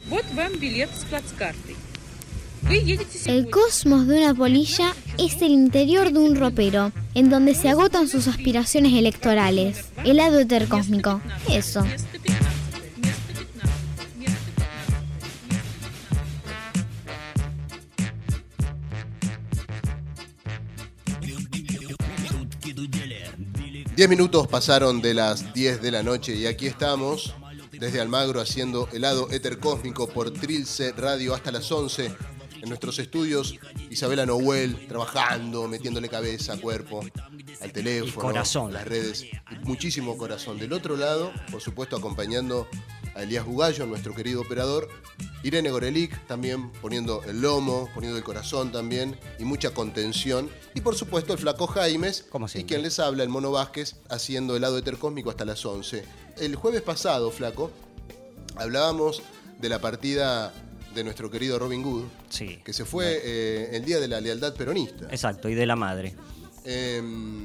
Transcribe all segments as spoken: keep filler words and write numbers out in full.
El cosmos de una polilla es el interior de un ropero, en donde se agotan sus aspiraciones electorales. Helado etercósmico. Eso. Diez minutos pasaron de las diez de la noche y aquí estamos desde Almagro haciendo helado etercósmico por Trilce Radio hasta las once. En nuestros estudios, Isabela Nohuel trabajando, metiéndole cabeza, cuerpo, al teléfono, y corazón, las redes, y muchísimo corazón. Del otro lado, por supuesto, acompañando a Elías Bugallo, nuestro querido operador, Irene Gorelick también poniendo el lomo, poniendo el corazón también, y mucha contención. Y por supuesto el flaco Jaimes, y quien les habla, el Mono Vázquez, haciendo helado etercósmico hasta las once. El jueves pasado, flaco, hablábamos de la partida de nuestro querido Robin Hood, sí, que se fue eh, el día de la lealtad peronista. Exacto, y de la madre. Eh,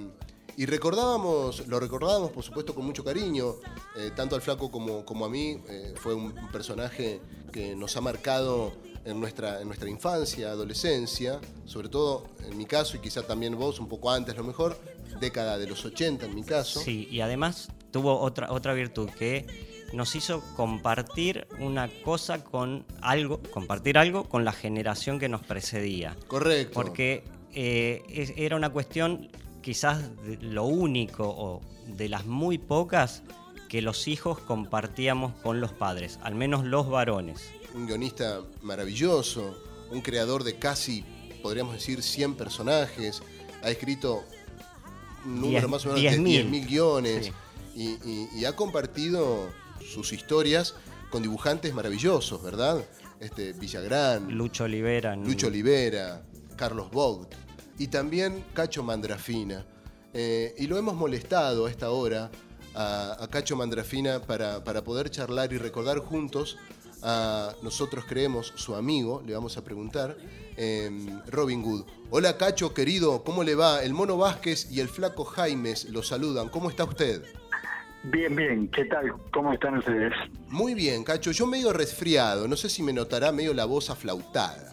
y recordábamos, lo recordábamos por supuesto con mucho cariño, eh, tanto al flaco como, como a mí. Eh, fue un personaje que nos ha marcado en nuestra, en nuestra infancia, adolescencia, sobre todo en mi caso, y quizá también vos, un poco antes, lo mejor, década de los ochenta en mi caso. Sí, y además tuvo otra, otra virtud que nos hizo compartir una cosa con algo, compartir algo con la generación que nos precedía. Correcto. Porque eh, es, era una cuestión quizás de lo único o de las muy pocas que los hijos compartíamos con los padres, al menos los varones. Un guionista maravilloso, un creador de casi, podríamos decir, cien personajes, ha escrito un número diez, más o menos diez de mil. diez mil guiones, sí. y, y, y ha compartido sus historias con dibujantes maravillosos, ¿verdad? Este, Villagrán, Lucho Olivera, Lucho Olivera, Carlos Vogt y también Cacho Mandrafina. Eh, y lo hemos molestado a esta hora a, a Cacho Mandrafina para, para poder charlar y recordar juntos a, nosotros creemos, su amigo, le vamos a preguntar, eh, Robin Hood. Hola Cacho, querido, ¿cómo le va? El Mono Vázquez y el flaco Jaimes lo saludan. ¿Cómo está usted? Bien, bien. ¿Qué tal? ¿Cómo están ustedes? Muy bien, Cacho. Yo medio resfriado. No sé si me notará medio la voz aflautada.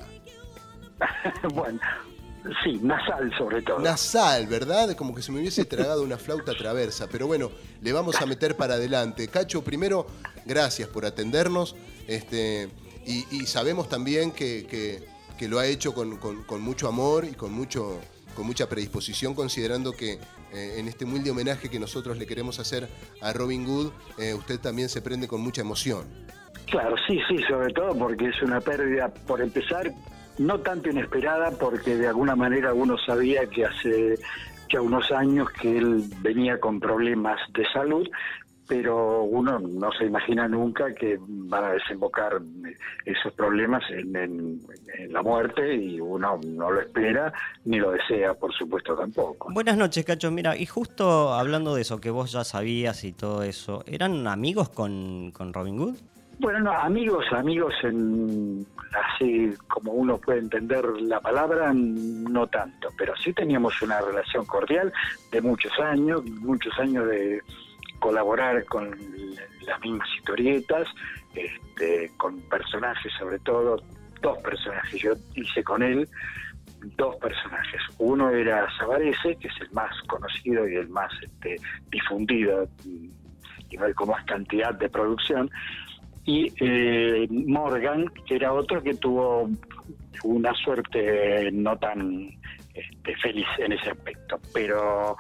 Bueno, sí, nasal sobre todo. Nasal, ¿verdad? Como que se me hubiese tragado una flauta traversa. Pero bueno, le vamos a meter para adelante. Cacho, primero, gracias por atendernos. Este, y, y sabemos también que, que, que lo ha hecho con, con, con mucho amor y con mucho... con mucha predisposición, considerando que eh, en este humilde homenaje que nosotros le queremos hacer a Robin Hood, eh, usted también se prende con mucha emoción. Claro, sí, sí, sobre todo porque es una pérdida, por empezar, no tanto inesperada, porque de alguna manera uno sabía que hace ya unos años que él venía con problemas de salud, pero uno no se imagina nunca que van a desembocar esos problemas en, en, en la muerte, y uno no lo espera ni lo desea, por supuesto, tampoco. Buenas noches, Cacho. Mira, y justo hablando de eso, que vos ya sabías y todo eso, ¿eran amigos con, con Robin Hood? Bueno, no, amigos, amigos, en así como uno puede entender la palabra, no tanto, pero sí teníamos una relación cordial de muchos años, muchos años de colaborar con las mismas historietas, este, con personajes, sobre todo dos personajes. Yo hice con él dos personajes. Uno era Savarese, que es el más conocido y el más este, difundido, y con más cantidad de producción, y eh, Morgan, que era otro que tuvo una suerte no tan este, feliz en ese aspecto, pero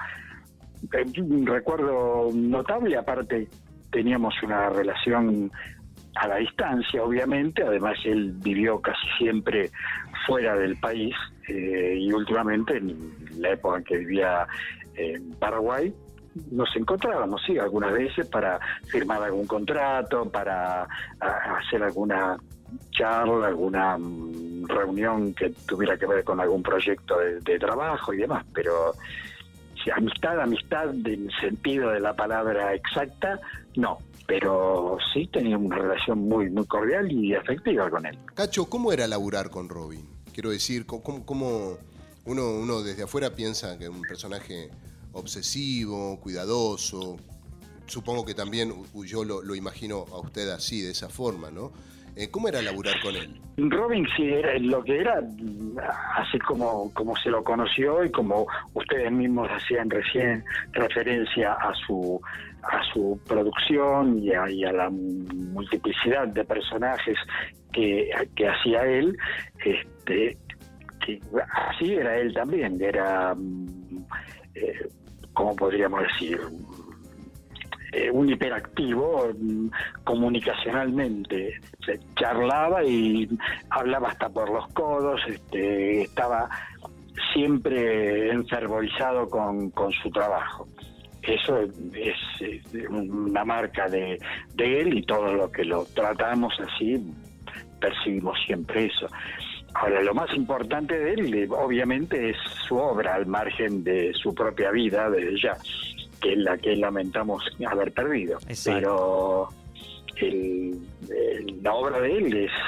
un recuerdo notable. Aparte teníamos una relación a la distancia, obviamente, además él vivió casi siempre fuera del país, eh, y últimamente, en la época en que vivía en Paraguay, nos encontrábamos, sí, algunas veces para firmar algún contrato, para a, hacer alguna charla, alguna um, reunión que tuviera que ver con algún proyecto de, de trabajo y demás, pero sí, amistad, amistad en sentido de la palabra exacta, no, pero sí tenía una relación muy, muy cordial y afectiva con él. Cacho, ¿cómo era laburar con Robin? Quiero decir, ¿cómo, cómo uno, uno desde afuera piensa que es un personaje obsesivo, cuidadoso? Supongo que también yo lo, lo imagino a usted así, de esa forma, ¿no? Eh, ¿Cómo era laburar con él? Robin sí era lo que era, así como, como se lo conoció y como ustedes mismos hacían recién referencia a su a su producción y a, y a la multiplicidad de personajes que, que hacía él, este, que así era él también, era, eh, ¿cómo podríamos decir? Eh, un hiperactivo comunicacionalmente, se charlaba y hablaba hasta por los codos, este, estaba siempre enfervorizado con, con su trabajo. Eso es, es una marca de, de él, y todo lo que lo tratamos así percibimos siempre eso. Ahora, lo más importante de él, obviamente, es su obra, al margen de su propia vida desde ya, que es la que lamentamos haber perdido. Exacto. Pero el, el, la obra de él es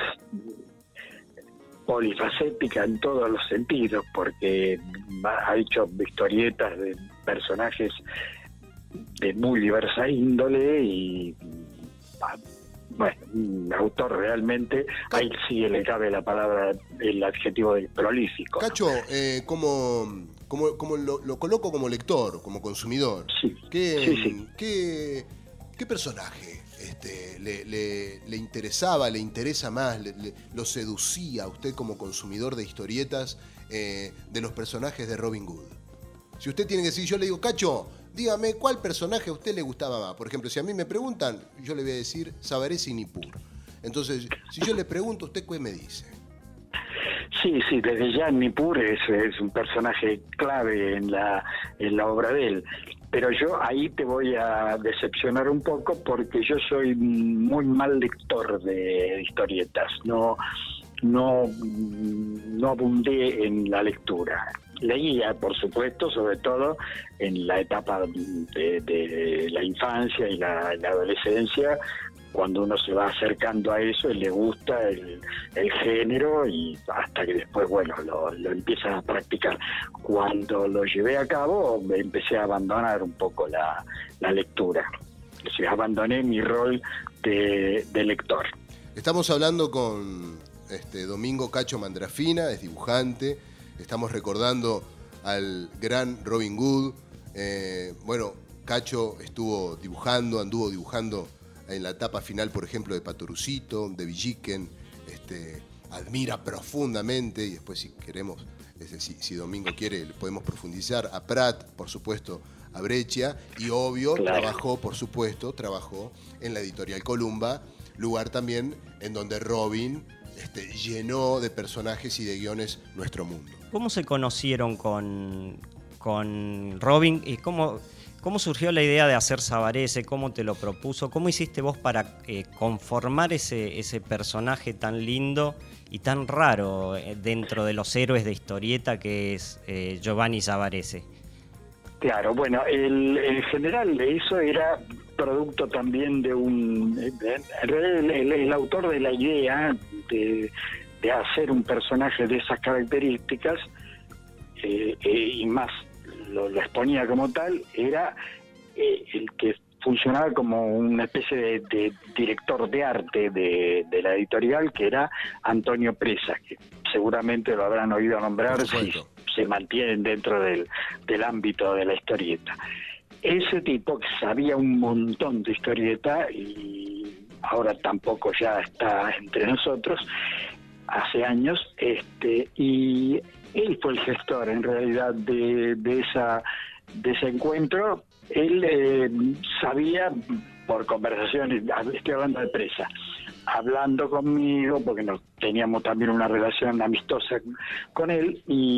polifacética en todos los sentidos, porque ha hecho historietas de personajes de muy diversa índole y, bueno, un autor realmente, ahí sí le cabe la palabra, el adjetivo de prolífico. Cacho, eh, como, como, como lo, lo coloco como lector, como consumidor, sí. ¿qué, sí, sí. ¿qué, qué personaje este, le, le, le interesaba, le interesa más, le, le, lo seducía a usted como consumidor de historietas eh, de los personajes de Robin Hood? Si usted tiene que decir, yo le digo, Cacho, dígame cuál personaje a usted le gustaba más. Por ejemplo, si a mí me preguntan, yo le voy a decir Savarese y Nippur. Entonces, si yo le pregunto, ¿usted qué me dice? Sí, sí, desde ya Nippur es, es un personaje clave en la, en la obra de él. Pero yo ahí te voy a decepcionar un poco, porque yo soy muy mal lector de historietas. No, no, no abundé en la lectura. Leía, por supuesto, sobre todo en la etapa de, de la infancia y la, la adolescencia, cuando uno se va acercando a eso y le gusta el, el género, y hasta que después, bueno, lo, lo empiezas a practicar. Cuando lo llevé a cabo, empecé a abandonar un poco la, la lectura. O sea, abandoné mi rol de, de lector. Estamos hablando con este Domingo Cacho Mandrafina, es dibujante. Estamos recordando al gran Robin Hood. Eh, bueno, Cacho estuvo dibujando, anduvo dibujando en la etapa final, por ejemplo, de Patorucito, de Villiquen. Este, admira profundamente, y después, si queremos, es decir, si Domingo quiere, podemos profundizar a Prat, por supuesto, a Breccia, y obvio, claro. trabajó, por supuesto, trabajó en la editorial Columba, lugar también en donde Robin este, llenó de personajes y de guiones nuestro mundo. ¿Cómo se conocieron con, con Robin y cómo, cómo surgió la idea de hacer Savarese? ¿Cómo te lo propuso? ¿Cómo hiciste vos para eh, conformar ese, ese personaje tan lindo y tan raro eh, dentro de los héroes de historieta que es eh, Giovanni Savarese? Claro, bueno, el, en general eso era producto también de un... El, el, el autor de la idea de, de hacer un personaje de esas características, eh, eh, y más lo, lo exponía como tal, era eh, el que funcionaba como una especie de, de director de arte de, de la editorial, que era Antonio Presa, que seguramente lo habrán oído nombrar si se mantienen dentro del, del ámbito de la historieta. Ese tipo que sabía un montón de historieta, y ahora tampoco ya está entre nosotros, hace años, este y él fue el gestor en realidad de, de, esa, de ese encuentro. Él eh, sabía, por conversaciones, estoy hablando de Presa, hablando conmigo, porque nos teníamos también una relación amistosa con él,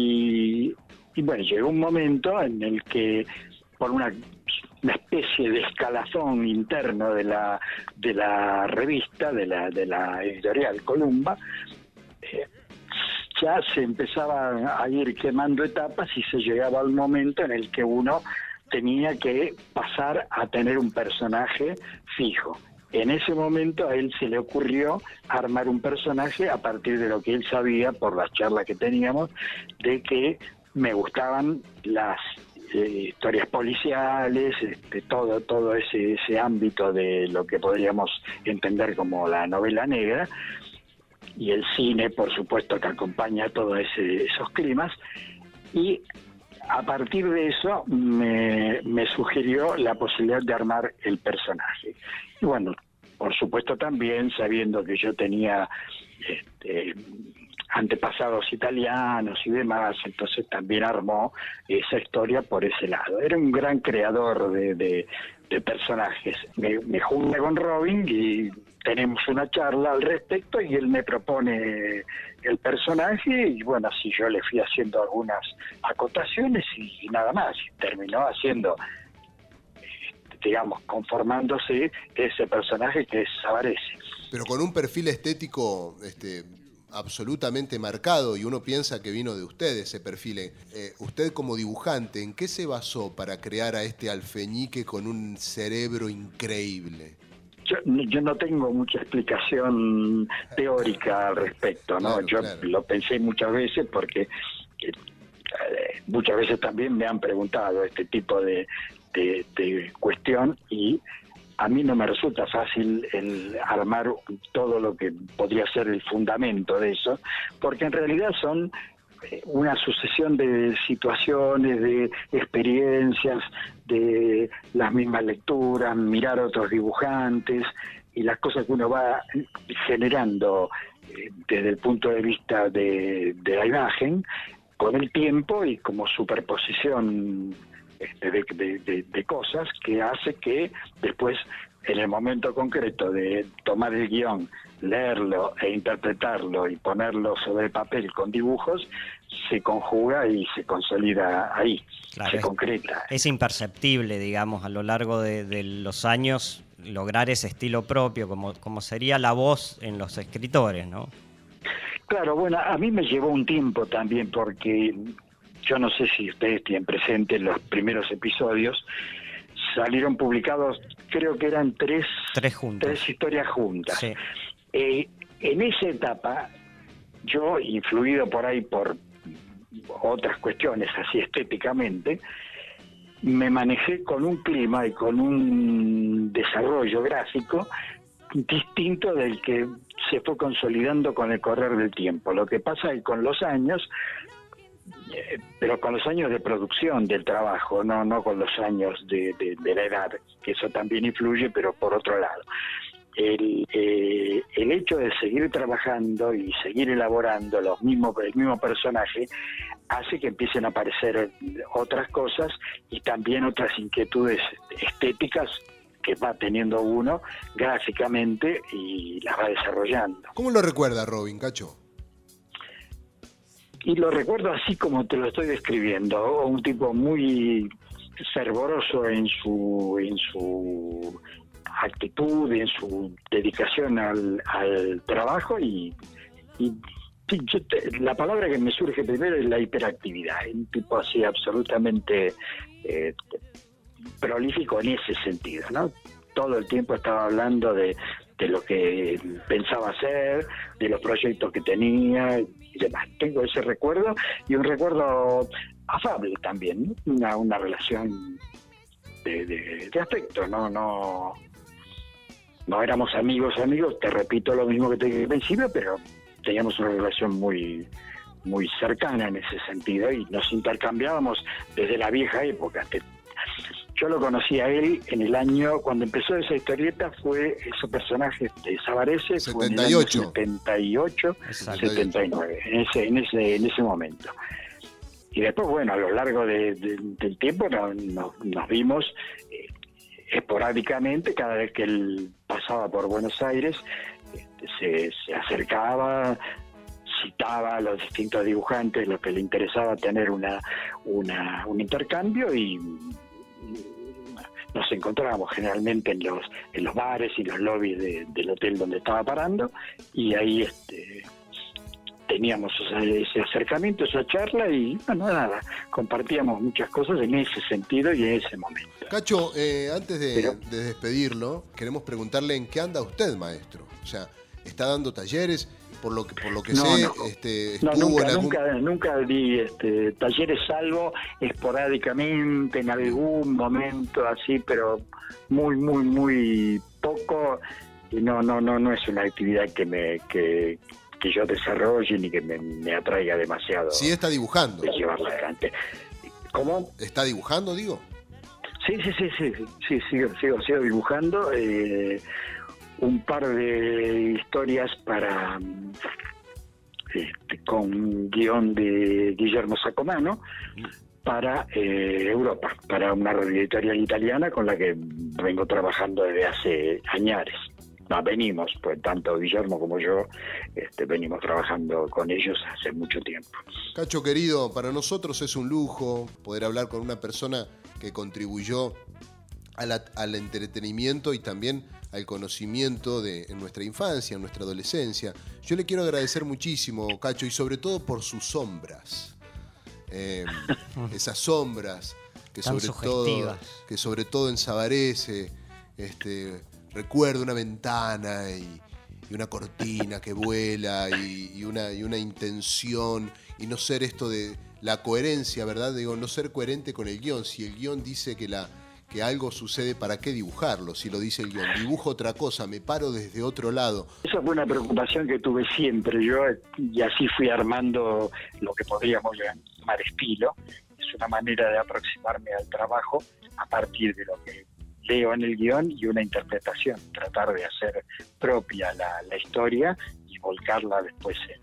y, y bueno, llegó un momento en el que, por una, una especie de escalafón interno de la de la revista, de la de la editorial Columba, eh, ya se empezaba a ir quemando etapas y se llegaba al momento en el que uno tenía que pasar a tener un personaje fijo. En ese momento a él se le ocurrió armar un personaje a partir de lo que él sabía, por las charlas que teníamos, de que me gustaban las eh, historias policiales, este, todo todo ese, ese ámbito de lo que podríamos entender como la novela negra, y el cine, por supuesto, que acompaña todos ese, esos climas. Y a partir de eso me, me sugirió la posibilidad de armar el personaje. Y bueno, por supuesto también sabiendo que yo tenía este, antepasados italianos y demás, entonces también armó esa historia por ese lado. Era un gran creador de, de, de personajes. Me, me junté con Robin y tenemos una charla al respecto y él me propone el personaje y bueno, así yo le fui haciendo algunas acotaciones y, y nada más. Y terminó haciendo, digamos, conformándose ese personaje que es Savarese. Pero con un perfil estético este, absolutamente marcado, y uno piensa que vino de usted ese perfil. Eh, usted como dibujante, ¿en qué se basó para crear a este alfeñique con un cerebro increíble? Yo, yo no tengo mucha explicación teórica al respecto, ¿no? Claro, yo claro. lo pensé muchas veces porque eh, muchas veces también me han preguntado este tipo de, de, de cuestión y a mí no me resulta fácil el armar todo lo que podría ser el fundamento de eso, porque en realidad son una sucesión de situaciones, de experiencias, de las mismas lecturas, mirar a otros dibujantes y las cosas que uno va generando eh, desde el punto de vista de, de la imagen con el tiempo y como superposición este, de, de, de, de cosas que hace que después en el momento concreto de tomar el guión, leerlo e interpretarlo y ponerlo sobre el papel con dibujos, se conjuga y se consolida ahí, Claro, se es, concreta. Es imperceptible, digamos, a lo largo de, de los años lograr ese estilo propio, como, como sería la voz en los escritores, ¿no? Claro, bueno, a mí me llevó un tiempo también porque yo no sé si ustedes tienen presente los primeros episodios, salieron publicados, creo que eran tres, Tres juntos. tres historias juntas. Sí. Eh, en esa etapa, yo, influido por ahí por otras cuestiones así estéticamente, me manejé con un clima y con un desarrollo gráfico distinto del que se fue consolidando con el correr del tiempo. Lo que pasa es que con los años, eh, pero con los años de producción del trabajo, no no con los años de, de, de la edad, que eso también influye, pero por otro lado. El, eh, el hecho de seguir trabajando y seguir elaborando los mismos, el mismo personaje hace que empiecen a aparecer otras cosas y también otras inquietudes estéticas que va teniendo uno gráficamente y las va desarrollando. ¿Cómo lo recuerda Robin, Cacho? Y lo recuerdo así como te lo estoy describiendo, un tipo muy fervoroso en su en su actitud, en su dedicación al, al trabajo y, y sí, yo te, la palabra que me surge primero es la hiperactividad, un tipo así absolutamente eh, prolífico en ese sentido, ¿no? Todo el tiempo estaba hablando de, de lo que pensaba hacer, de los proyectos que tenía y demás. Tengo ese recuerdo y un recuerdo afable también, ¿no? una, una relación de, de, de afecto, no no no éramos amigos amigos, te repito lo mismo que te dije al principio, pero teníamos una relación muy muy cercana en ese sentido y nos intercambiábamos desde la vieja época. Yo lo conocí a él en el año, cuando empezó esa historieta, fue ese personaje de Savarese, fue en el año setenta y ocho, setenta y nueve, en ese, en ese, en ese momento. Y después, bueno, a lo largo de, de, del tiempo no, no, nos vimos eh, esporádicamente, cada vez que él pasaba por Buenos Aires, este, se, se acercaba, citaba a los distintos dibujantes, lo que le interesaba tener una, una un intercambio y nos encontrábamos generalmente en los en los bares y los lobbies de, del hotel donde estaba parando y ahí este teníamos ese acercamiento, esa charla y bueno, nada, compartíamos muchas cosas en ese sentido y en ese momento. Cacho, eh, antes de, Pero, de despedirlo, queremos preguntarle en qué anda usted, maestro. O sea, ¿Está dando talleres? Por lo que, por lo que No, sé, no. este, No, estuvo nunca, en algún... nunca, nunca di este, talleres, salvo esporádicamente en algún momento así, pero muy, muy, muy poco. Y no, no, no, no es una actividad que me, que, que yo desarrolle ni que me, me atraiga demasiado. Sí está dibujando. De llevarla adelante. ¿Cómo? ¿Está dibujando, digo? Sí, sí, sí, sí, sí, sigo, sigo, sigo dibujando. Eh, un par de historias para este, con guión de Guillermo Sacomano para eh, Europa, para una red editorial italiana con la que vengo trabajando desde hace años. No, venimos, pues tanto Guillermo como yo este, venimos trabajando con ellos hace mucho tiempo. Cacho querido, para nosotros es un lujo poder hablar con una persona que contribuyó a la, al entretenimiento y también al conocimiento de en nuestra infancia, en nuestra adolescencia. Yo le quiero agradecer muchísimo, Cacho, y sobre todo por sus sombras. Eh, esas sombras que Tan sobre todo sugestivas. que sobre todo en Sabarese, este, recuerdo una ventana y, y una cortina que vuela y, y una y una intención y no ser esto de la coherencia, ¿verdad? Digo, no ser coherente con el guión. Si el guión dice que la que algo sucede, ¿para qué dibujarlo? Si lo dice el guión, dibujo otra cosa, me paro desde otro lado. Esa fue una preocupación que tuve siempre yo, y así fui armando lo que podríamos llamar estilo. Es una manera de aproximarme al trabajo a partir de lo que leo en el guión y una interpretación, tratar de hacer propia la, la historia y volcarla después en,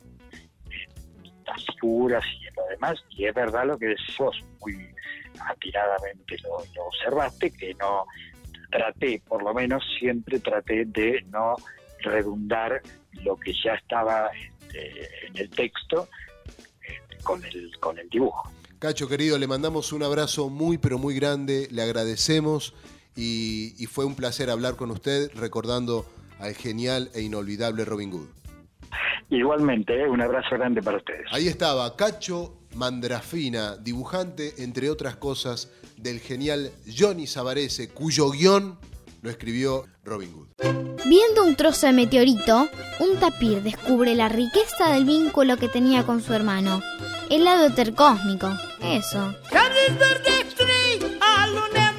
en las figuras y en lo demás. Y es verdad lo que decís vos, muy atiradamente lo, lo observaste, que no traté, por lo menos siempre traté de no redundar lo que ya estaba este, en el texto este, con el con el dibujo. Cacho querido, le mandamos un abrazo muy pero muy grande, le agradecemos y, y fue un placer hablar con usted recordando al genial e inolvidable Robin Hood. Igualmente, ¿eh? Un abrazo grande para ustedes. Ahí estaba Cacho Mandrafina, dibujante, entre otras cosas, del genial Johnny Sabarese, cuyo guión lo escribió Robin Hood. Viendo un trozo de meteorito, un tapir descubre la riqueza del vínculo que tenía con su hermano. El lado tercósmico, eso. Can it be the tree? I'll never